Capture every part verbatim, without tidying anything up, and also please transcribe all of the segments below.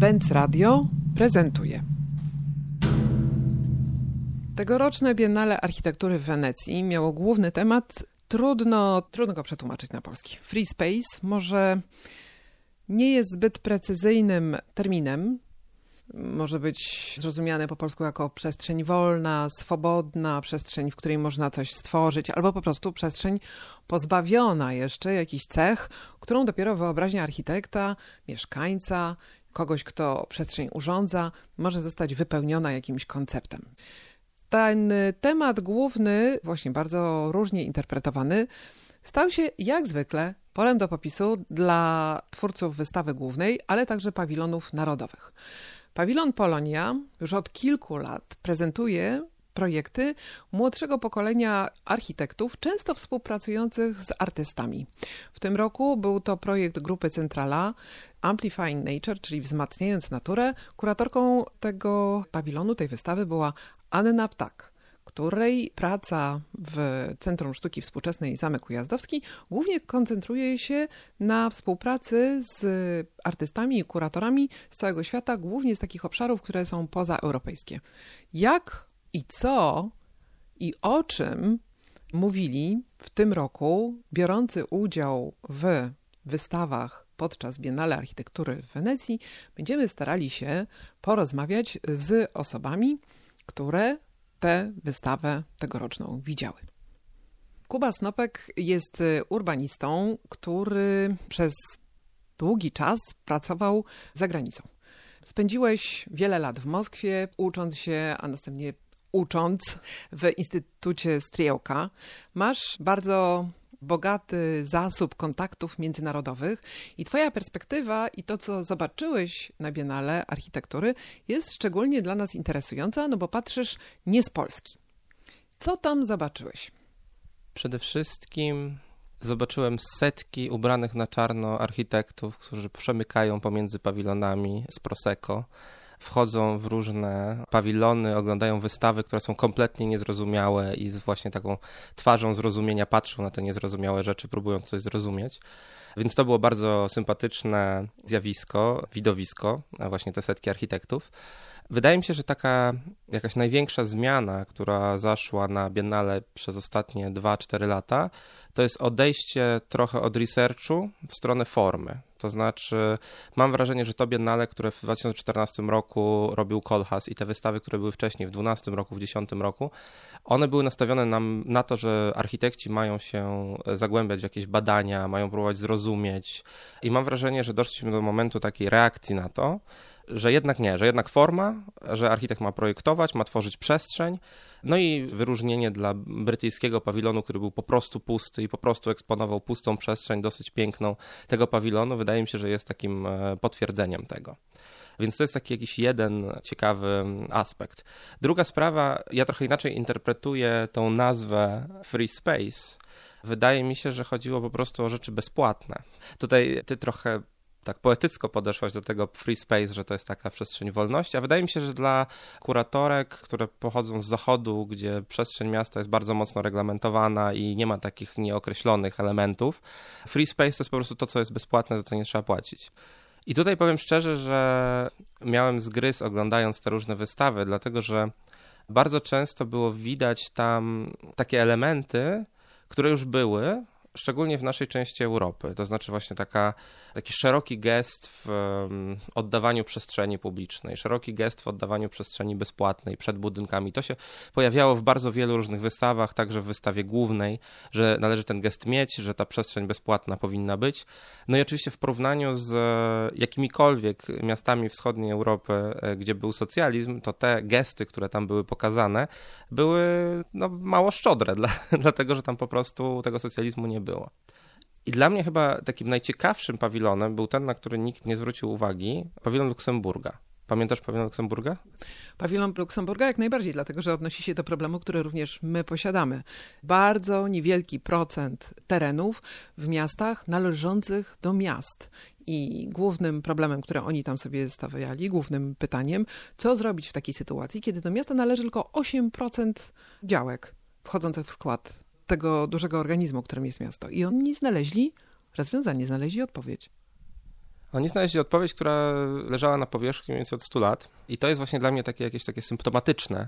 Benz Radio prezentuje. Tegoroczne Biennale Architektury w Wenecji miało główny temat, trudno, trudno go przetłumaczyć na polski. Free space może nie jest zbyt precyzyjnym terminem. Może być zrozumiane po polsku jako przestrzeń wolna, swobodna, przestrzeń, w której można coś stworzyć, albo po prostu przestrzeń pozbawiona jeszcze jakichś cech, którą dopiero wyobraźnia architekta, mieszkańca, kogoś, kto przestrzeń urządza, może zostać wypełniona jakimś konceptem. Ten temat główny, właśnie bardzo różnie interpretowany, stał się jak zwykle polem do popisu dla twórców wystawy głównej, ale także pawilonów narodowych. Pawilon Polonia już od kilku lat prezentuje projekty młodszego pokolenia architektów, często współpracujących z artystami. W tym roku był to projekt grupy Centrala Amplifying Nature, czyli Wzmacniając Naturę. Kuratorką tego pawilonu, tej wystawy była Anna Ptak, której praca w Centrum Sztuki Współczesnej Zamek Ujazdowski głównie koncentruje się na współpracy z artystami i kuratorami z całego świata, głównie z takich obszarów, które są pozaeuropejskie. Jak i co i o czym mówili w tym roku biorący udział w wystawach podczas Biennale Architektury w Wenecji, będziemy starali się porozmawiać z osobami, które tę wystawę tegoroczną widziały. Kuba Snopek jest urbanistą, który przez długi czas pracował za granicą. Spędziłeś wiele lat w Moskwie, ucząc się, a następnie ucząc w Instytucie Strijałka. Masz bardzo bogaty zasób kontaktów międzynarodowych i twoja perspektywa i to, co zobaczyłeś na Biennale Architektury, jest szczególnie dla nas interesująca, no bo patrzysz nie z Polski. Co tam zobaczyłeś? Przede wszystkim zobaczyłem setki ubranych na czarno architektów, którzy przemykają pomiędzy pawilonami z Prosecco, wchodzą w różne pawilony, oglądają wystawy, które są kompletnie niezrozumiałe i z właśnie taką twarzą zrozumienia patrzą na te niezrozumiałe rzeczy, próbują coś zrozumieć. Więc to było bardzo sympatyczne zjawisko, widowisko, a właśnie te setki architektów. Wydaje mi się, że taka jakaś największa zmiana, która zaszła na Biennale przez ostatnie dwa cztery lata, to jest odejście trochę od researchu w stronę formy. To znaczy, mam wrażenie, że to Biennale, które w dwa tysiące czternastym roku robił Kohlhaas i te wystawy, które były wcześniej, w dwunastym roku, w dziesiątym roku, one były nastawione nam na to, że architekci mają się zagłębiać w jakieś badania, mają próbować zrozumieć i mam wrażenie, że doszliśmy do momentu takiej reakcji na to, że jednak nie, że jednak forma, że architekt ma projektować, ma tworzyć przestrzeń, no i wyróżnienie dla brytyjskiego pawilonu, który był po prostu pusty i po prostu eksponował pustą przestrzeń, dosyć piękną tego pawilonu, wydaje mi się, że jest takim potwierdzeniem tego. Więc to jest taki jakiś jeden ciekawy aspekt. Druga sprawa, ja trochę inaczej interpretuję tą nazwę Free Space. Wydaje mi się, że chodziło po prostu o rzeczy bezpłatne. Tutaj ty trochę tak poetycko podeszłaś do tego free space, że to jest taka przestrzeń wolności, a wydaje mi się, że dla kuratorek, które pochodzą z zachodu, gdzie przestrzeń miasta jest bardzo mocno reglamentowana i nie ma takich nieokreślonych elementów, free space to jest po prostu to, co jest bezpłatne, za co nie trzeba płacić. I tutaj powiem szczerze, że miałem zgryz oglądając te różne wystawy, dlatego że bardzo często było widać tam takie elementy, które już były, szczególnie w naszej części Europy. To znaczy właśnie taka, taki szeroki gest w um, oddawaniu przestrzeni publicznej, szeroki gest w oddawaniu przestrzeni bezpłatnej przed budynkami. To się pojawiało w bardzo wielu różnych wystawach, także w wystawie głównej, że należy ten gest mieć, że ta przestrzeń bezpłatna powinna być. No i oczywiście w porównaniu z jakimikolwiek miastami wschodniej Europy, gdzie był socjalizm, to te gesty, które tam były pokazane, były no, mało szczodre, dla, dlatego że tam po prostu tego socjalizmu nie było. I dla mnie chyba takim najciekawszym pawilonem był ten, na który nikt nie zwrócił uwagi, pawilon Luksemburga. Pamiętasz pawilon Luksemburga? Pawilon Luksemburga jak najbardziej, dlatego że odnosi się do problemu, który również my posiadamy. Bardzo niewielki procent terenów w miastach należących do miast. I głównym problemem, który oni tam sobie stawiali, głównym pytaniem, co zrobić w takiej sytuacji, kiedy do miasta należy tylko osiem procent działek wchodzących w skład tego dużego organizmu, którym jest miasto. I oni znaleźli rozwiązanie, znaleźli odpowiedź. Oni znaleźli odpowiedź, która leżała na powierzchni mniej więcej od stu lat i to jest właśnie dla mnie takie jakieś takie symptomatyczne.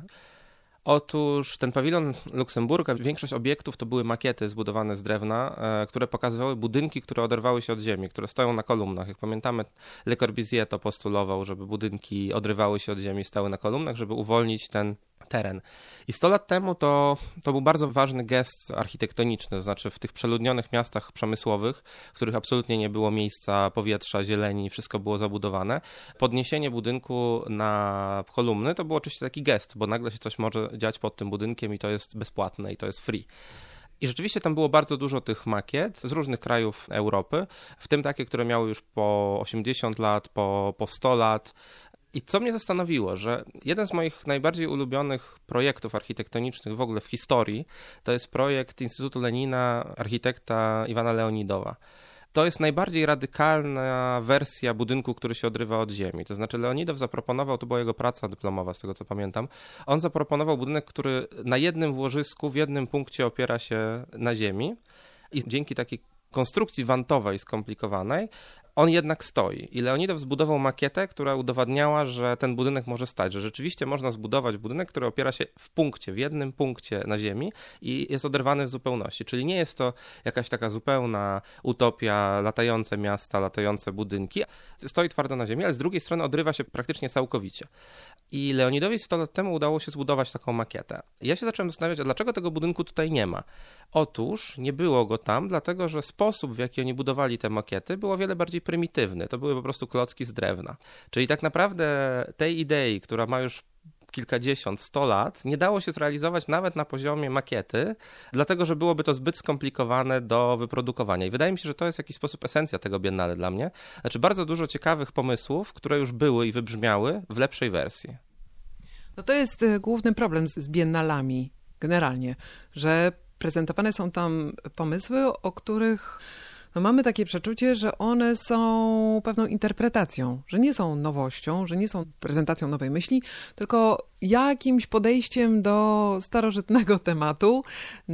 Otóż ten pawilon Luksemburga, większość obiektów to były makiety zbudowane z drewna, e, które pokazywały budynki, które oderwały się od ziemi, które stoją na kolumnach. Jak pamiętamy, Le Corbusier to postulował, żeby budynki odrywały się od ziemi, stały na kolumnach, żeby uwolnić ten teren. I sto lat temu to, to był bardzo ważny gest architektoniczny, to znaczy w tych przeludnionych miastach przemysłowych, w których absolutnie nie było miejsca, powietrza, zieleni, wszystko było zabudowane. Podniesienie budynku na kolumny to był oczywiście taki gest, bo nagle się coś może dziać pod tym budynkiem i to jest bezpłatne i to jest free. I rzeczywiście tam było bardzo dużo tych makiet z różnych krajów Europy, w tym takie, które miały już po osiemdziesiąt lat, po, po sto lat. I co mnie zastanowiło, że jeden z moich najbardziej ulubionych projektów architektonicznych w ogóle w historii to jest projekt Instytutu Lenina architekta Iwana Leonidowa. To jest najbardziej radykalna wersja budynku, który się odrywa od ziemi. To znaczy Leonidow zaproponował, to była jego praca dyplomowa z tego co pamiętam, on zaproponował budynek, który na jednym włożysku, w jednym punkcie opiera się na ziemi i dzięki takiej konstrukcji wantowej, skomplikowanej, on jednak stoi. I Leonidow zbudował makietę, która udowadniała, że ten budynek może stać, że rzeczywiście można zbudować budynek, który opiera się w punkcie, w jednym punkcie na ziemi i jest oderwany w zupełności. Czyli nie jest to jakaś taka zupełna utopia, latające miasta, latające budynki. Stoi twardo na ziemi, ale z drugiej strony odrywa się praktycznie całkowicie. I Leonidowi sto lat temu udało się zbudować taką makietę. I ja się zacząłem zastanawiać, a dlaczego tego budynku tutaj nie ma? Otóż nie było go tam, dlatego że sposób, w jaki oni budowali te makiety, był o wiele bardziej prymitywny. To były po prostu klocki z drewna. Czyli tak naprawdę tej idei, która ma już kilkadziesiąt, sto lat, nie dało się zrealizować nawet na poziomie makiety, dlatego że byłoby to zbyt skomplikowane do wyprodukowania. I wydaje mi się, że to jest w jakiś sposób esencja tego Biennale dla mnie. Znaczy bardzo dużo ciekawych pomysłów, które już były i wybrzmiały w lepszej wersji. No to jest główny problem z, z biennalami generalnie, że prezentowane są tam pomysły, o których no mamy takie przeczucie, że one są pewną interpretacją, że nie są nowością, że nie są prezentacją nowej myśli, tylko jakimś podejściem do starożytnego tematu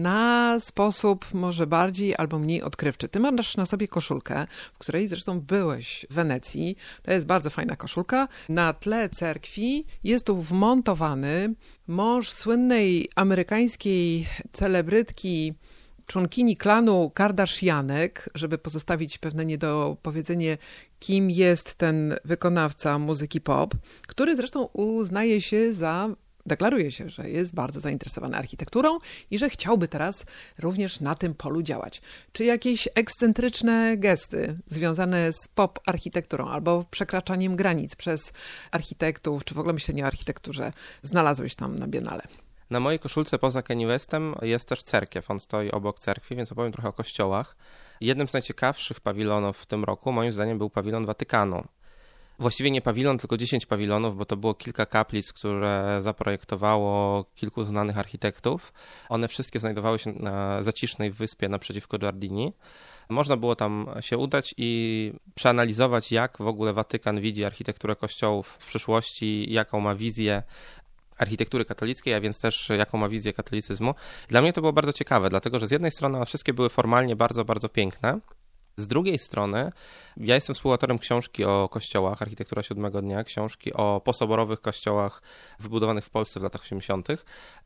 na sposób może bardziej albo mniej odkrywczy. Ty masz na sobie koszulkę, w której zresztą byłeś w Wenecji. To jest bardzo fajna koszulka. Na tle cerkwi jest tu wmontowany mąż słynnej amerykańskiej celebrytki, członkini klanu Kardashianek, żeby pozostawić pewne niedopowiedzenie, kim jest ten wykonawca muzyki pop, który zresztą uznaje się za, deklaruje się, że jest bardzo zainteresowany architekturą i że chciałby teraz również na tym polu działać. Czy jakieś ekscentryczne gesty związane z pop architekturą albo przekraczaniem granic przez architektów, czy w ogóle myślenie o architekturze znalazłeś tam na Biennale? Na mojej koszulce poza Kanye Westem jest też cerkiew. On stoi obok cerkwi, więc opowiem trochę o kościołach. Jednym z najciekawszych pawilonów w tym roku, moim zdaniem, był pawilon Watykanu. Właściwie nie pawilon, tylko dziesięć pawilonów, bo to było kilka kaplic, które zaprojektowało kilku znanych architektów. One wszystkie znajdowały się na zacisznej wyspie naprzeciwko Giardini. Można było tam się udać i przeanalizować, jak w ogóle Watykan widzi architekturę kościołów w przyszłości, jaką ma wizję architektury katolickiej, a więc też jaką ma wizję katolicyzmu. Dla mnie to było bardzo ciekawe, dlatego że z jednej strony one wszystkie były formalnie bardzo, bardzo piękne. Z drugiej strony ja jestem współautorem książki o kościołach, Architektura Siódmego Dnia, książki o posoborowych kościołach wybudowanych w Polsce w latach osiemdziesiątych.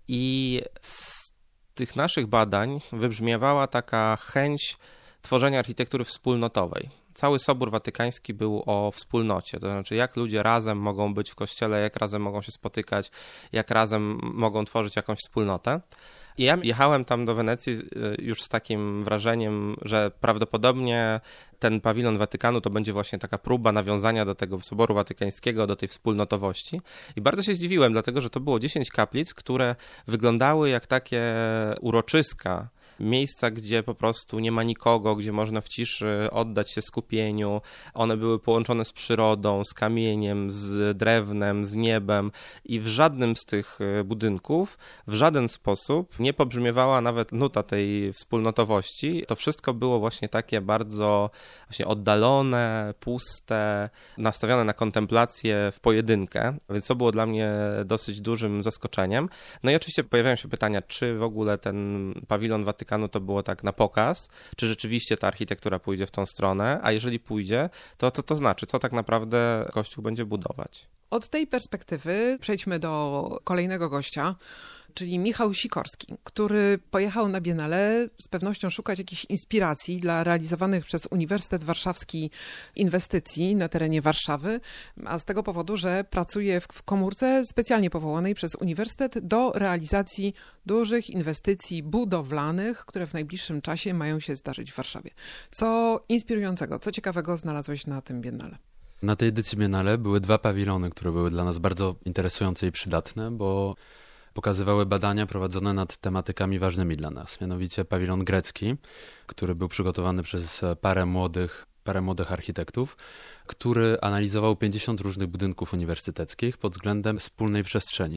I z tych naszych badań wybrzmiewała taka chęć tworzenia architektury wspólnotowej. Cały Sobór Watykański był o wspólnocie, to znaczy jak ludzie razem mogą być w kościele, jak razem mogą się spotykać, jak razem mogą tworzyć jakąś wspólnotę. I ja jechałem tam do Wenecji już z takim wrażeniem, że prawdopodobnie ten pawilon Watykanu to będzie właśnie taka próba nawiązania do tego Soboru Watykańskiego, do tej wspólnotowości. I bardzo się zdziwiłem, dlatego że to było dziesięć kaplic, które wyglądały jak takie uroczyska, miejsca, gdzie po prostu nie ma nikogo, gdzie można w ciszy oddać się skupieniu. One były połączone z przyrodą, z kamieniem, z drewnem, z niebem i w żadnym z tych budynków w żaden sposób nie pobrzmiewała nawet nuta tej wspólnotowości. To wszystko było właśnie takie bardzo właśnie oddalone, puste, nastawione na kontemplację w pojedynkę, więc to było dla mnie dosyć dużym zaskoczeniem. No i oczywiście pojawiają się pytania, czy w ogóle ten pawilon Watykanu Watykanu to było tak na pokaz, czy rzeczywiście ta architektura pójdzie w tą stronę, a jeżeli pójdzie, to co to znaczy, co tak naprawdę Kościół będzie budować? Od tej perspektywy przejdźmy do kolejnego gościa, czyli Michał Sikorski, który pojechał na Biennale z pewnością szukać jakichś inspiracji dla realizowanych przez Uniwersytet Warszawski inwestycji na terenie Warszawy, a z tego powodu, że pracuje w komórce specjalnie powołanej przez Uniwersytet do realizacji dużych inwestycji budowlanych, które w najbliższym czasie mają się zdarzyć w Warszawie. Co inspirującego, co ciekawego znalazłeś na tym Biennale? Na tej edycji Biennale były dwa pawilony, które były dla nas bardzo interesujące i przydatne, bo pokazywały badania prowadzone nad tematykami ważnymi dla nas. Mianowicie pawilon grecki, który był przygotowany przez parę młodych, parę młodych architektów, który analizował pięćdziesiąt różnych budynków uniwersyteckich pod względem wspólnej przestrzeni.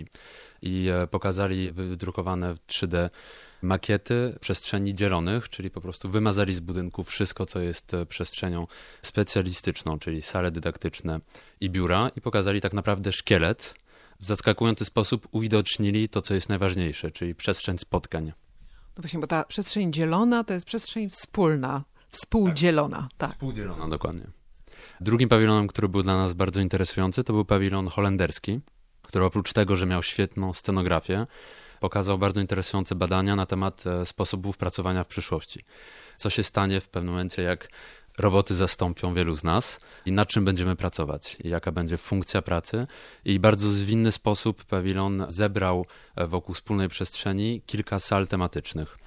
I pokazali wydrukowane w trzy D makiety przestrzeni dzielonych, czyli po prostu wymazali z budynku wszystko, co jest przestrzenią specjalistyczną, czyli sale dydaktyczne i biura, i pokazali tak naprawdę szkielet. W zaskakujący sposób uwidocznili to, co jest najważniejsze, czyli przestrzeń spotkań. No właśnie, bo ta przestrzeń dzielona to jest przestrzeń wspólna, współdzielona. Tak. Współdzielona, dokładnie. Drugim pawilonem, który był dla nas bardzo interesujący, to był pawilon holenderski, który oprócz tego, że miał świetną scenografię, pokazał bardzo interesujące badania na temat sposobów pracowania w przyszłości. Co się stanie w pewnym momencie, jak roboty zastąpią wielu z nas i nad czym będziemy pracować, i jaka będzie funkcja pracy. I bardzo zwinny sposób pawilon zebrał wokół wspólnej przestrzeni kilka sal tematycznych.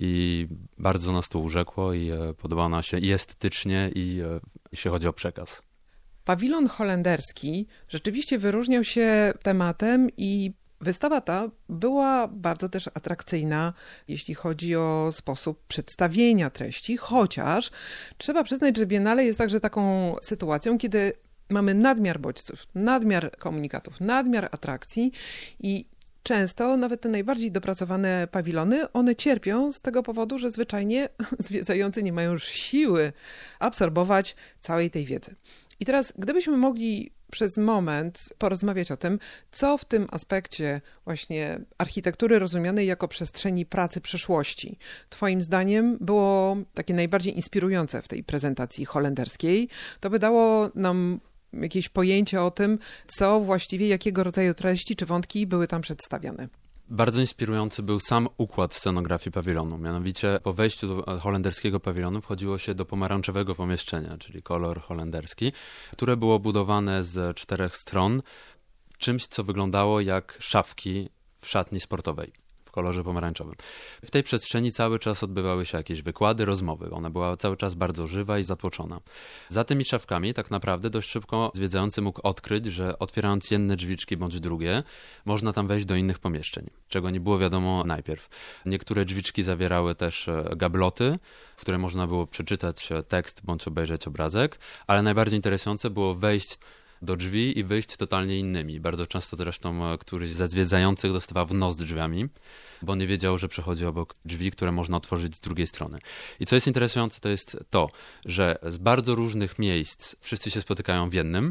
I bardzo nas to urzekło i podobało nam się i estetycznie, i jeśli chodzi o przekaz. Pawilon holenderski rzeczywiście wyróżniał się tematem i wystawa ta była bardzo też atrakcyjna, jeśli chodzi o sposób przedstawienia treści, chociaż trzeba przyznać, że Biennale jest także taką sytuacją, kiedy mamy nadmiar bodźców, nadmiar komunikatów, nadmiar atrakcji i często nawet te najbardziej dopracowane pawilony, one cierpią z tego powodu, że zwyczajnie zwiedzający nie mają już siły absorbować całej tej wiedzy. I teraz, gdybyśmy mogli przez moment porozmawiać o tym, co w tym aspekcie właśnie architektury rozumianej jako przestrzeni pracy przyszłości, twoim zdaniem było takie najbardziej inspirujące w tej prezentacji holenderskiej, to by dało nam jakieś pojęcie o tym, co właściwie, jakiego rodzaju treści czy wątki były tam przedstawiane. Bardzo inspirujący był sam układ scenografii pawilonu. Mianowicie po wejściu do holenderskiego pawilonu wchodziło się do pomarańczowego pomieszczenia, czyli kolor holenderski, które było budowane z czterech stron, czymś, co wyglądało jak szafki w szatni sportowej w kolorze pomarańczowym. W tej przestrzeni cały czas odbywały się jakieś wykłady, rozmowy. Ona była cały czas bardzo żywa i zatłoczona. Za tymi szafkami tak naprawdę dość szybko zwiedzający mógł odkryć, że otwierając jedne drzwiczki bądź drugie, można tam wejść do innych pomieszczeń, czego nie było wiadomo najpierw. Niektóre drzwiczki zawierały też gabloty, w które można było przeczytać tekst bądź obejrzeć obrazek, ale najbardziej interesujące było wejść do drzwi i wyjść totalnie innymi. Bardzo często zresztą któryś ze zwiedzających dostawał w nos drzwiami, bo nie wiedział, że przechodzi obok drzwi, które można otworzyć z drugiej strony. I co jest interesujące, to jest to, że z bardzo różnych miejsc wszyscy się spotykają w jednym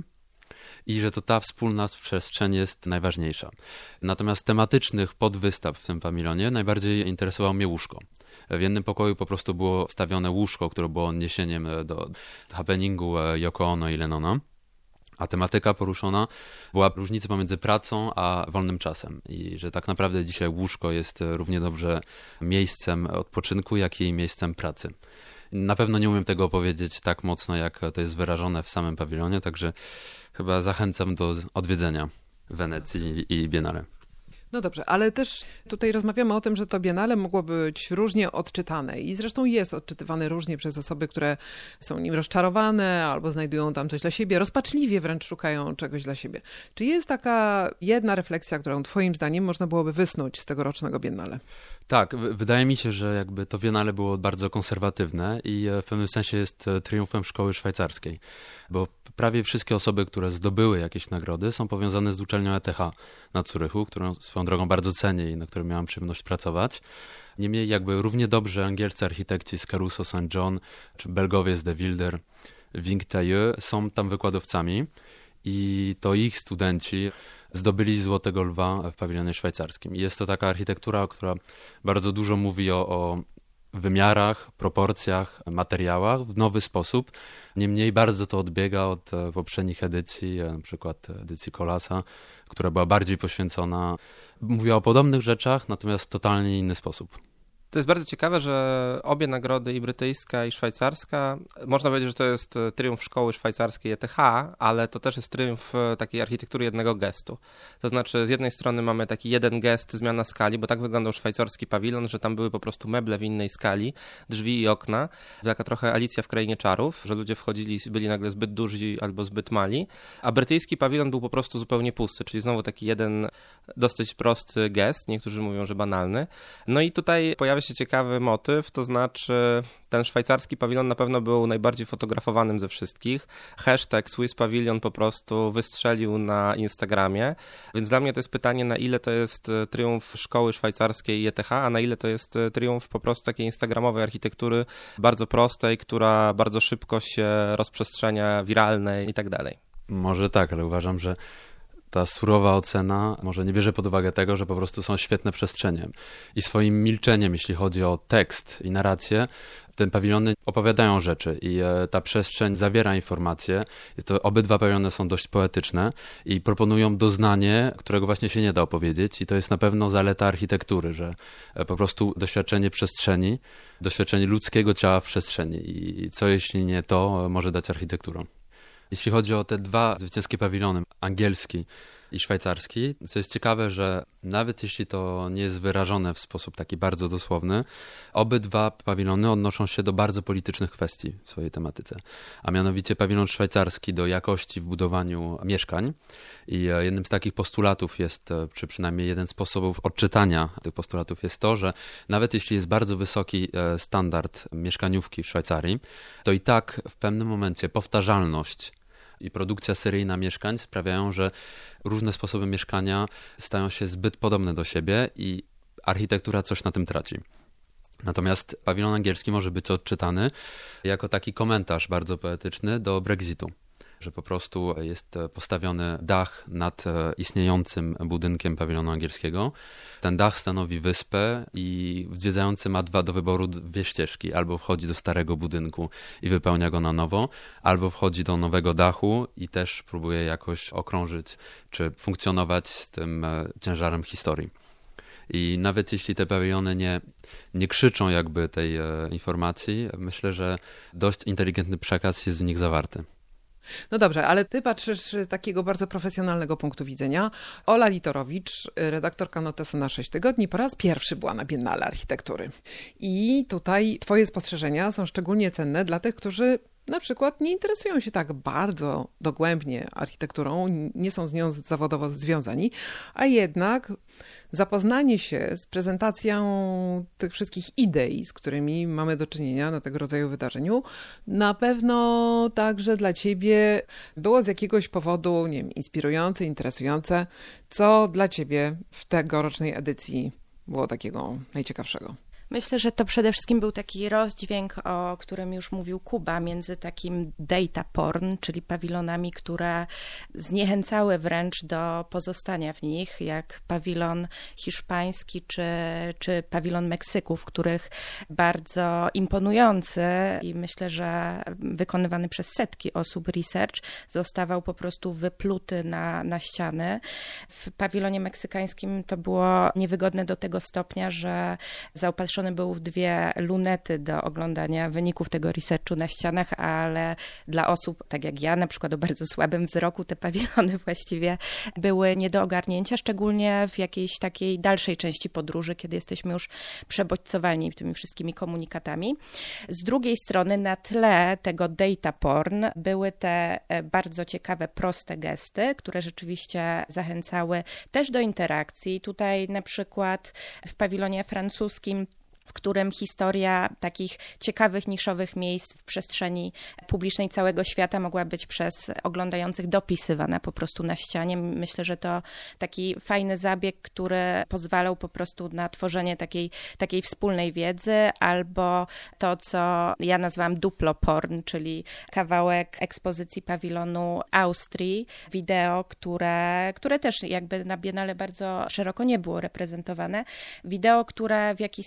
i że to ta wspólna przestrzeń jest najważniejsza. Natomiast tematycznych podwystaw w tym pawilonie najbardziej interesowało mnie łóżko. W jednym pokoju po prostu było wstawione łóżko, które było odniesieniem do happeningu Yoko Ono i Lennona. A tematyka poruszona była różnica pomiędzy pracą a wolnym czasem i że tak naprawdę dzisiaj łóżko jest równie dobrze miejscem odpoczynku, jak i miejscem pracy. Na pewno nie umiem tego opowiedzieć tak mocno, jak to jest wyrażone w samym pawilonie, także chyba zachęcam do odwiedzenia Wenecji i Biennale. No dobrze, ale też tutaj rozmawiamy o tym, że to Biennale mogło być różnie odczytane i zresztą jest odczytywane różnie przez osoby, które są nim rozczarowane albo znajdują tam coś dla siebie, rozpaczliwie wręcz szukają czegoś dla siebie. Czy jest taka jedna refleksja, którą twoim zdaniem można byłoby wysnuć z tegorocznego Biennale? Tak, wydaje mi się, że jakby to Biennale było bardzo konserwatywne i w pewnym sensie jest triumfem szkoły szwajcarskiej, bo prawie wszystkie osoby, które zdobyły jakieś nagrody, są powiązane z uczelnią E T H na Zurychu, którą swoją drogą bardzo cenię i na której miałam przyjemność pracować. Niemniej jakby równie dobrze angielscy architekci z Caruso Saint John, czy Belgowie z De Wilder, Vingtailleux są tam wykładowcami i to ich studenci zdobyli Złotego Lwa w pawilonie szwajcarskim. I jest to taka architektura, która bardzo dużo mówi o, o wymiarach, proporcjach, materiałach w nowy sposób. Niemniej bardzo to odbiega od poprzednich edycji, na przykład edycji Kolasa, która była bardziej poświęcona, mówiła o podobnych rzeczach, natomiast w totalnie inny sposób. To jest bardzo ciekawe, że obie nagrody, i brytyjska, i szwajcarska, można powiedzieć, że to jest triumf szkoły szwajcarskiej E T H, ale to też jest triumf takiej architektury jednego gestu. To znaczy z jednej strony mamy taki jeden gest, zmiana skali, bo tak wyglądał szwajcarski pawilon, że tam były po prostu meble w innej skali, drzwi i okna. Taka trochę Alicja w Krainie Czarów, że ludzie wchodzili, byli nagle zbyt duzi albo zbyt mali, a brytyjski pawilon był po prostu zupełnie pusty, czyli znowu taki jeden dosyć prosty gest, niektórzy mówią, że banalny. No i tutaj pojawia się ciekawy motyw, to znaczy ten szwajcarski pawilon na pewno był najbardziej fotografowanym ze wszystkich. Hashtag Swiss Pavilion po prostu wystrzelił na Instagramie, więc dla mnie to jest pytanie, na ile to jest triumf szkoły szwajcarskiej i E T H, a na ile to jest triumf po prostu takiej instagramowej architektury, bardzo prostej, która bardzo szybko się rozprzestrzenia, wiralnej i tak dalej. Może tak, ale uważam, że ta surowa ocena może nie bierze pod uwagę tego, że po prostu są świetne przestrzenie. I swoim milczeniem, jeśli chodzi o tekst i narrację, te pawilony opowiadają rzeczy i ta przestrzeń zawiera informacje. To obydwa pawilony są dość poetyczne i proponują doznanie, którego właśnie się nie da opowiedzieć, i to jest na pewno zaleta architektury, że po prostu doświadczenie przestrzeni, doświadczenie ludzkiego ciała w przestrzeni i co jeśli nie to może dać architektura. Jeśli chodzi o te dwa zwycięskie pawilony, angielski i szwajcarski, co jest ciekawe, że nawet jeśli to nie jest wyrażone w sposób taki bardzo dosłowny, obydwa pawilony odnoszą się do bardzo politycznych kwestii w swojej tematyce. A mianowicie pawilon szwajcarski do jakości w budowaniu mieszkań. I jednym z takich postulatów jest, czy przynajmniej jeden z sposobów odczytania tych postulatów jest to, że nawet jeśli jest bardzo wysoki standard mieszkaniówki w Szwajcarii, to i tak w pewnym momencie powtarzalność i produkcja seryjna mieszkań sprawiają, że różne sposoby mieszkania stają się zbyt podobne do siebie i architektura coś na tym traci. Natomiast pawilon angielski może być odczytany jako taki komentarz bardzo poetyczny do Brexitu, że po prostu jest postawiony dach nad istniejącym budynkiem pawilonu angielskiego. Ten dach stanowi wyspę i zwiedzający ma dwa do wyboru dwie ścieżki. Albo wchodzi do starego budynku i wypełnia go na nowo, albo wchodzi do nowego dachu i też próbuje jakoś okrążyć czy funkcjonować z tym ciężarem historii. I nawet jeśli te pawilony nie, nie krzyczą jakby tej e, informacji, myślę, że dość inteligentny przekaz jest w nich zawarty. No dobrze, ale ty patrzysz z takiego bardzo profesjonalnego punktu widzenia. Ola Litorowicz, redaktorka Notesu na sześć tygodni, po raz pierwszy była na Biennale Architektury. I tutaj twoje spostrzeżenia są szczególnie cenne dla tych, którzy na przykład nie interesują się tak bardzo dogłębnie architekturą, nie są z nią zawodowo związani, a jednak zapoznanie się z prezentacją tych wszystkich idei, z którymi mamy do czynienia na tego rodzaju wydarzeniu, na pewno także dla ciebie było z jakiegoś powodu, nie wiem, inspirujące, interesujące. Co dla ciebie w tegorocznej edycji było takiego najciekawszego? Myślę, że to przede wszystkim był taki rozdźwięk, o którym już mówił Kuba, między takim data porn, czyli pawilonami, które zniechęcały wręcz do pozostania w nich, jak pawilon hiszpański czy, czy pawilon Meksyku, w których bardzo imponujący i myślę, że wykonywany przez setki osób research zostawał po prostu wypluty na, na ściany. W pawilonie meksykańskim to było niewygodne do tego stopnia, że zaopatrzony był w dwie lunety do oglądania wyników tego researchu na ścianach, ale dla osób, tak jak ja, na przykład o bardzo słabym wzroku, te pawilony właściwie były nie do ogarnięcia, szczególnie w jakiejś takiej dalszej części podróży, kiedy jesteśmy już przebodźcowani tymi wszystkimi komunikatami. Z drugiej strony na tle tego data porn były te bardzo ciekawe, proste gesty, które rzeczywiście zachęcały też do interakcji. Tutaj na przykład w pawilonie francuskim, w którym historia takich ciekawych, niszowych miejsc w przestrzeni publicznej całego świata mogła być przez oglądających dopisywana po prostu na ścianie. Myślę, że to taki fajny zabieg, który pozwalał po prostu na tworzenie takiej, takiej wspólnej wiedzy, albo to, co ja nazwałam duplo porn, czyli kawałek ekspozycji pawilonu Austrii, wideo, które, które też jakby na Biennale bardzo szeroko nie było reprezentowane. Wideo, które w jakiś sposób pozwalało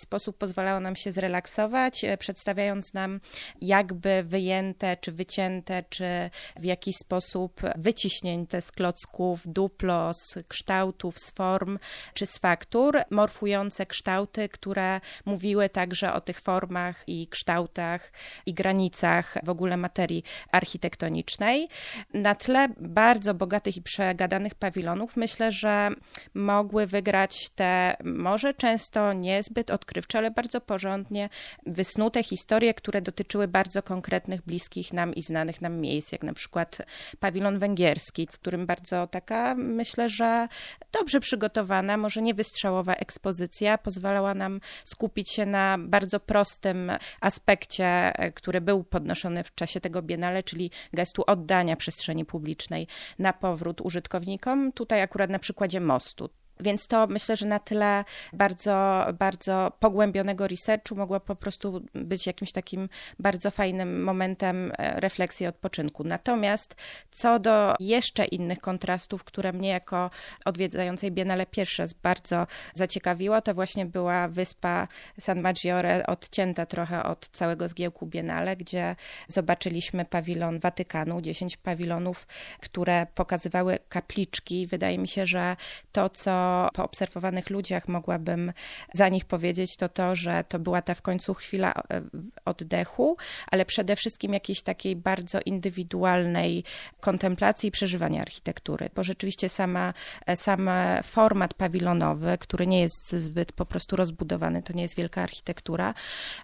pozwalało nam się zrelaksować, przedstawiając nam jakby wyjęte, czy wycięte, czy w jakiś sposób wyciśnięte z klocków duplo, z kształtów, z form, czy z faktur, morfujące kształty, które mówiły także o tych formach i kształtach i granicach w ogóle materii architektonicznej. Na tle bardzo bogatych i przegadanych pawilonów myślę, że mogły wygrać te może często niezbyt odkrywcze, ale bardzo porządnie wysnute historie, które dotyczyły bardzo konkretnych, bliskich nam i znanych nam miejsc, jak na przykład pawilon węgierski, w którym bardzo taka, myślę, że dobrze przygotowana, może nie wystrzałowa ekspozycja pozwalała nam skupić się na bardzo prostym aspekcie, który był podnoszony w czasie tego biennale, czyli gestu oddania przestrzeni publicznej na powrót użytkownikom. Tutaj akurat na przykładzie mostu. Więc to myślę, że na tyle bardzo, bardzo pogłębionego researchu mogła po prostu być jakimś takim bardzo fajnym momentem refleksji i odpoczynku. Natomiast co do jeszcze innych kontrastów, które mnie jako odwiedzającej Biennale pierwszy raz bardzo zaciekawiło, to właśnie była wyspa San Maggiore, odcięta trochę od całego zgiełku Biennale, gdzie zobaczyliśmy pawilon Watykanu, dziesięć pawilonów, które pokazywały kapliczki. Wydaje mi się, że to, co po obserwowanych ludziach mogłabym za nich powiedzieć, to to, że to była ta w końcu chwila oddechu, ale przede wszystkim jakiejś takiej bardzo indywidualnej kontemplacji i przeżywania architektury, bo rzeczywiście sama, sam format pawilonowy, który nie jest zbyt po prostu rozbudowany, to nie jest wielka architektura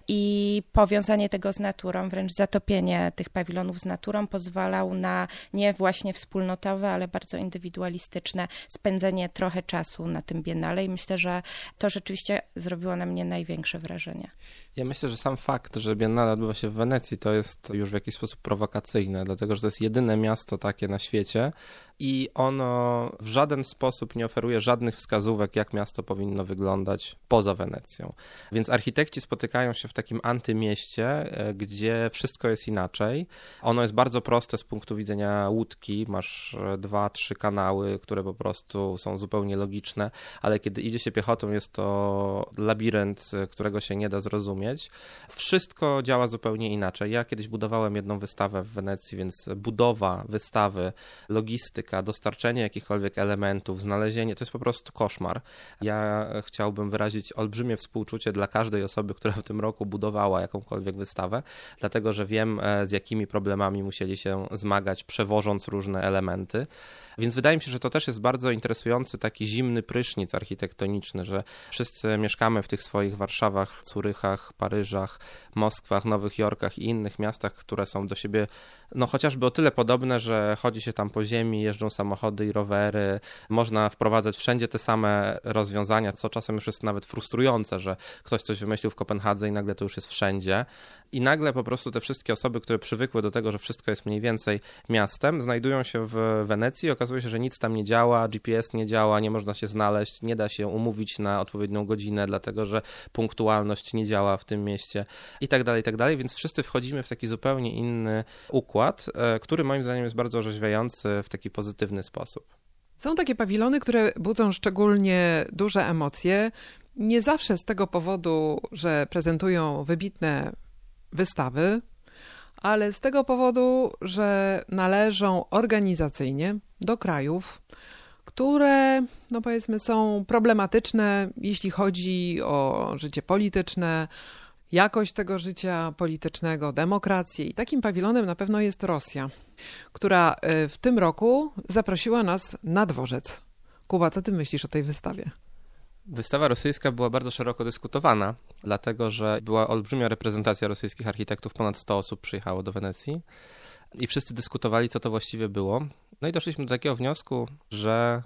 i powiązanie tego z naturą, wręcz zatopienie tych pawilonów z naturą pozwalał na nie właśnie wspólnotowe, ale bardzo indywidualistyczne spędzenie trochę czasu na tym biennale i myślę, że to rzeczywiście zrobiło na mnie największe wrażenie. Ja myślę, że sam fakt, że biennale odbywa się w Wenecji, to jest już w jakiś sposób prowokacyjne, dlatego że to jest jedyne miasto takie na świecie i ono w żaden sposób nie oferuje żadnych wskazówek, jak miasto powinno wyglądać poza Wenecją. Więc architekci spotykają się w takim antymieście, gdzie wszystko jest inaczej. Ono jest bardzo proste z punktu widzenia łódki. Masz dwa, trzy kanały, które po prostu są zupełnie logiczne, ale kiedy idzie się piechotą, jest to labirynt, którego się nie da zrozumieć. Wszystko działa zupełnie inaczej. Ja kiedyś budowałem jedną wystawę w Wenecji, więc budowa wystawy, logistyka, dostarczenie jakichkolwiek elementów, znalezienie, to jest po prostu koszmar. Ja chciałbym wyrazić olbrzymie współczucie dla każdej osoby, która w tym roku budowała jakąkolwiek wystawę, dlatego że wiem, z jakimi problemami musieli się zmagać, przewożąc różne elementy. Więc wydaje mi się, że to też jest bardzo interesujący taki zimny prysznic architektoniczny, że wszyscy mieszkamy w tych swoich Warszawach, Curychach, Paryżach, Moskwach, Nowych Jorkach i innych miastach, które są do siebie no chociażby o tyle podobne, że chodzi się tam po ziemi, jeżdżą samochody i rowery, można wprowadzać wszędzie te same rozwiązania, co czasem już jest nawet frustrujące, że ktoś coś wymyślił w Kopenhadze i nagle to już jest wszędzie. I nagle po prostu te wszystkie osoby, które przywykły do tego, że wszystko jest mniej więcej miastem, znajdują się w Wenecji i okazuje się, że nic tam nie działa, G P S nie działa, nie można się znaleźć, nie da się umówić na odpowiednią godzinę, dlatego że punktualność nie działa w tym mieście i tak dalej, i tak dalej, więc wszyscy wchodzimy w taki zupełnie inny układ, który moim zdaniem jest bardzo orzeźwiający w taki pozytywny sposób. Są takie pawilony, które budzą szczególnie duże emocje, nie zawsze z tego powodu, że prezentują wybitne wystawy, ale z tego powodu, że należą organizacyjnie do krajów, które, no powiedzmy, są problematyczne, jeśli chodzi o życie polityczne, jakość tego życia politycznego, demokrację. I takim pawilonem na pewno jest Rosja, która w tym roku zaprosiła nas na dworzec. Kuba, co ty myślisz o tej wystawie? Wystawa rosyjska była bardzo szeroko dyskutowana, dlatego że była olbrzymia reprezentacja rosyjskich architektów, ponad sto osób przyjechało do Wenecji i wszyscy dyskutowali, co to właściwie było. No i doszliśmy do takiego wniosku, że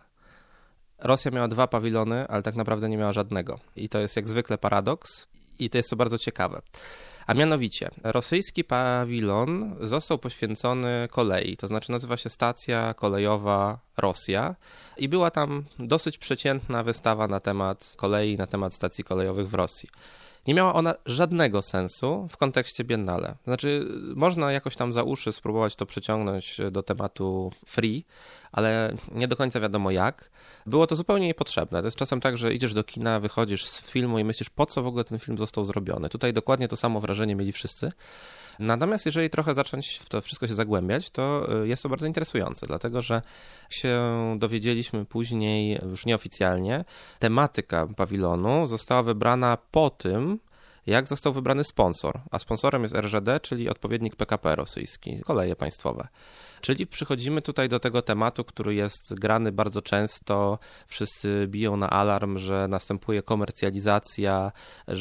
Rosja miała dwa pawilony, ale tak naprawdę nie miała żadnego. I to jest jak zwykle paradoks i to jest to bardzo ciekawe. A mianowicie, rosyjski pawilon został poświęcony kolei, to znaczy nazywa się Stacja Kolejowa Rosja i była tam dosyć przeciętna wystawa na temat kolei, na temat stacji kolejowych w Rosji. Nie miała ona żadnego sensu w kontekście Biennale. Znaczy, można jakoś tam za uszy spróbować to przyciągnąć do tematu free, ale nie do końca wiadomo jak. Było to zupełnie niepotrzebne. To jest czasem tak, że idziesz do kina, wychodzisz z filmu i myślisz, po co w ogóle ten film został zrobiony. Tutaj dokładnie to samo wrażenie mieli wszyscy. Natomiast jeżeli trochę zacząć w to wszystko się zagłębiać, to jest to bardzo interesujące, dlatego że się dowiedzieliśmy później, już nieoficjalnie, tematyka pawilonu została wybrana po tym, jak został wybrany sponsor, a sponsorem jest R Ż D, czyli odpowiednik P K P rosyjski, koleje państwowe. Czyli przychodzimy tutaj do tego tematu, który jest grany bardzo często, wszyscy biją na alarm, że następuje komercjalizacja,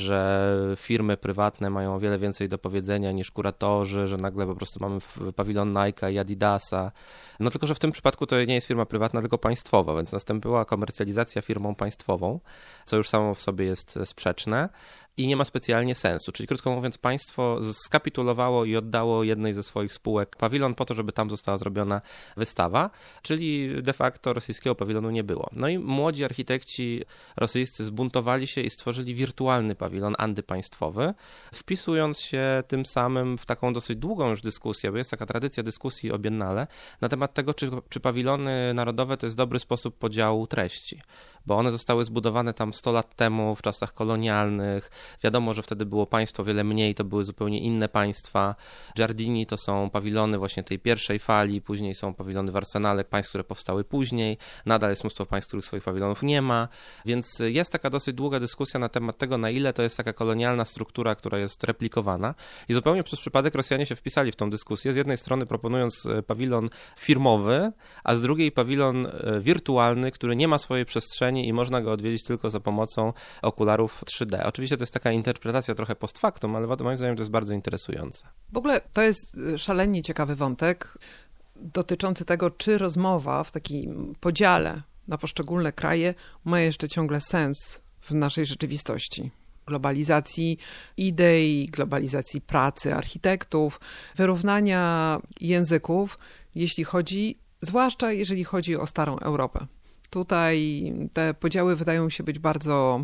że firmy prywatne mają o wiele więcej do powiedzenia niż kuratorzy, że nagle po prostu mamy pawilon Nike'a i Adidasa. No tylko, że w tym przypadku to nie jest firma prywatna, tylko państwowa, więc nastąpiła komercjalizacja firmą państwową, co już samo w sobie jest sprzeczne. I nie ma specjalnie sensu. Czyli krótko mówiąc, państwo skapitulowało i oddało jednej ze swoich spółek pawilon po to, żeby tam została zrobiona wystawa, czyli de facto rosyjskiego pawilonu nie było. No i młodzi architekci rosyjscy zbuntowali się i stworzyli wirtualny pawilon antypaństwowy, wpisując się tym samym w taką dosyć długą już dyskusję, bo jest taka tradycja dyskusji o Biennale na temat tego, czy, czy pawilony narodowe to jest dobry sposób podziału treści, bo one zostały zbudowane tam sto lat temu, w czasach kolonialnych. Wiadomo, że wtedy było państwo wiele mniej, to były zupełnie inne państwa. Giardini to są pawilony właśnie tej pierwszej fali, później są pawilony w Arsenale, państw, które powstały później. Nadal jest mnóstwo państw, których swoich pawilonów nie ma, więc jest taka dosyć długa dyskusja na temat tego, na ile to jest taka kolonialna struktura, która jest replikowana. I zupełnie przez przypadek Rosjanie się wpisali w tą dyskusję, z jednej strony proponując pawilon firmowy, a z drugiej pawilon wirtualny, który nie ma swojej przestrzeni i można go odwiedzić tylko za pomocą okularów trzy D. Oczywiście to jest taka interpretacja trochę post factum, ale moim zdaniem to jest bardzo interesujące. W ogóle to jest szalenie ciekawy wątek dotyczący tego, czy rozmowa w takim podziale na poszczególne kraje ma jeszcze ciągle sens w naszej rzeczywistości. Globalizacji idei, globalizacji pracy architektów, wyrównania języków, jeśli chodzi, zwłaszcza jeżeli chodzi o starą Europę. Tutaj te podziały wydają się być bardzo,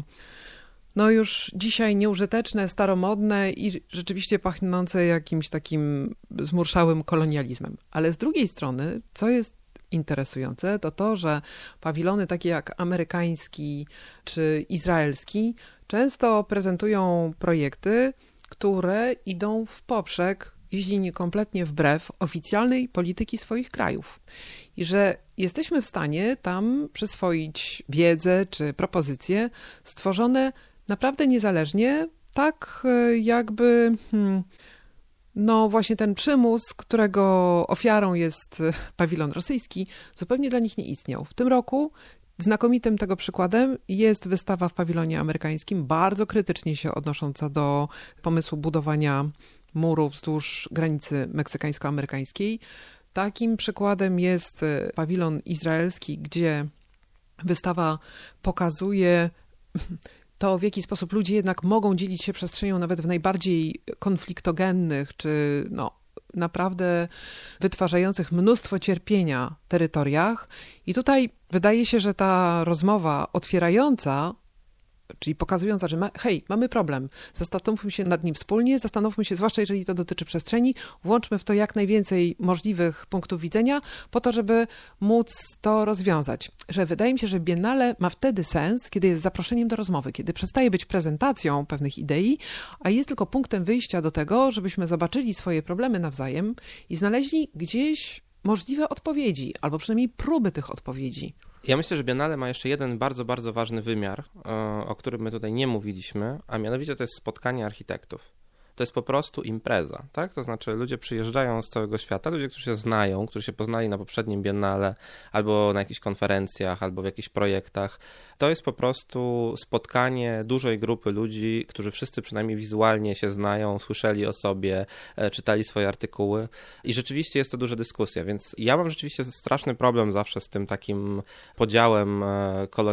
no już dzisiaj nieużyteczne, staromodne i rzeczywiście pachnące jakimś takim zmurszałym kolonializmem. Ale z drugiej strony, co jest interesujące, to to, że pawilony takie jak amerykański czy izraelski często prezentują projekty, które idą w poprzek, jeśli nie kompletnie wbrew oficjalnej polityki swoich krajów. I że jesteśmy w stanie tam przyswoić wiedzę czy propozycje stworzone naprawdę niezależnie, tak jakby hmm, no właśnie ten przymus, którego ofiarą jest pawilon rosyjski, zupełnie dla nich nie istniał. W tym roku znakomitym tego przykładem jest wystawa w pawilonie amerykańskim, bardzo krytycznie się odnosząca do pomysłu budowania murów wzdłuż granicy meksykańsko-amerykańskiej. Takim przykładem jest pawilon izraelski, gdzie wystawa pokazuje to, w jaki sposób ludzie jednak mogą dzielić się przestrzenią nawet w najbardziej konfliktogennych, czy no, naprawdę wytwarzających mnóstwo cierpienia terytoriach. I tutaj wydaje się, że ta rozmowa otwierająca, czyli pokazująca, że ma, hej, mamy problem, zastanówmy się nad nim wspólnie, zastanówmy się, zwłaszcza jeżeli to dotyczy przestrzeni, włączmy w to jak najwięcej możliwych punktów widzenia, po to, żeby móc to rozwiązać. Że wydaje mi się, że Biennale ma wtedy sens, kiedy jest zaproszeniem do rozmowy, kiedy przestaje być prezentacją pewnych idei, a jest tylko punktem wyjścia do tego, żebyśmy zobaczyli swoje problemy nawzajem i znaleźli gdzieś możliwe odpowiedzi, albo przynajmniej próby tych odpowiedzi. Ja myślę, że Biennale ma jeszcze jeden bardzo, bardzo ważny wymiar, o którym my tutaj nie mówiliśmy, a mianowicie to jest spotkanie architektów. To jest po prostu impreza, tak? To znaczy ludzie przyjeżdżają z całego świata, ludzie, którzy się znają, którzy się poznali na poprzednim Biennale, albo na jakichś konferencjach, albo w jakichś projektach. To jest po prostu spotkanie dużej grupy ludzi, którzy wszyscy przynajmniej wizualnie się znają, słyszeli o sobie, czytali swoje artykuły i rzeczywiście jest to duża dyskusja, więc ja mam rzeczywiście straszny problem zawsze z tym takim podziałem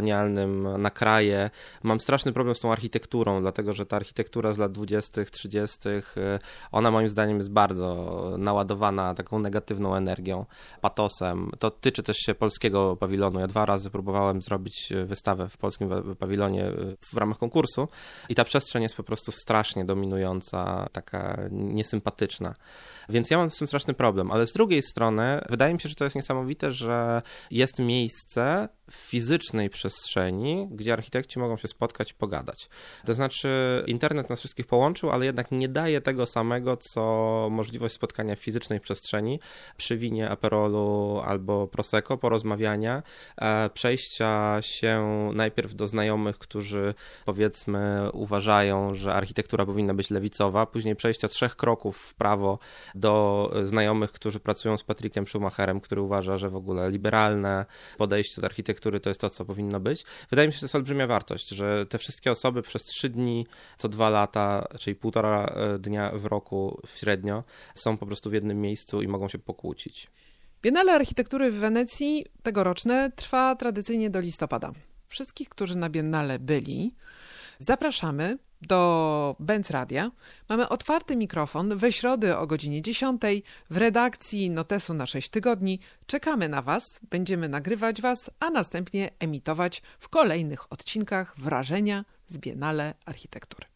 kolonialnym na kraje. Mam straszny problem z tą architekturą, dlatego że ta architektura z lat dwudziestych, trzydziestych czterdziestych. Ona moim zdaniem jest bardzo naładowana taką negatywną energią, patosem. To tyczy też się polskiego pawilonu. Ja dwa razy próbowałem zrobić wystawę w polskim pawilonie w ramach konkursu i ta przestrzeń jest po prostu strasznie dominująca, taka niesympatyczna. Więc ja mam z tym straszny problem, ale z drugiej strony wydaje mi się, że to jest niesamowite, że jest miejsce w fizycznej przestrzeni, gdzie architekci mogą się spotkać i pogadać. To znaczy internet nas wszystkich połączył, ale jednak nie daje tego samego, co możliwość spotkania w fizycznej przestrzeni przy winie Aperolu albo Prosecco, porozmawiania, przejścia się najpierw do znajomych, którzy powiedzmy uważają, że architektura powinna być lewicowa, później przejścia trzech kroków w prawo do znajomych, którzy pracują z Patrickiem Schumacherem, który uważa, że w ogóle liberalne podejście do architektury to jest to, co powinno być. Wydaje mi się, że to jest olbrzymia wartość, że te wszystkie osoby przez trzy dni, co dwa lata, czyli półtora dnia w roku średnio, są po prostu w jednym miejscu i mogą się pokłócić. Biennale Architektury w Wenecji tegoroczne trwa tradycyjnie do listopada. Wszystkich, którzy na Biennale byli, zapraszamy do Benz Radia. Mamy otwarty mikrofon we środę o godzinie dziesiątej w redakcji Notesu na sześć tygodni. Czekamy na Was, będziemy nagrywać Was, a następnie emitować w kolejnych odcinkach wrażenia z Biennale Architektury.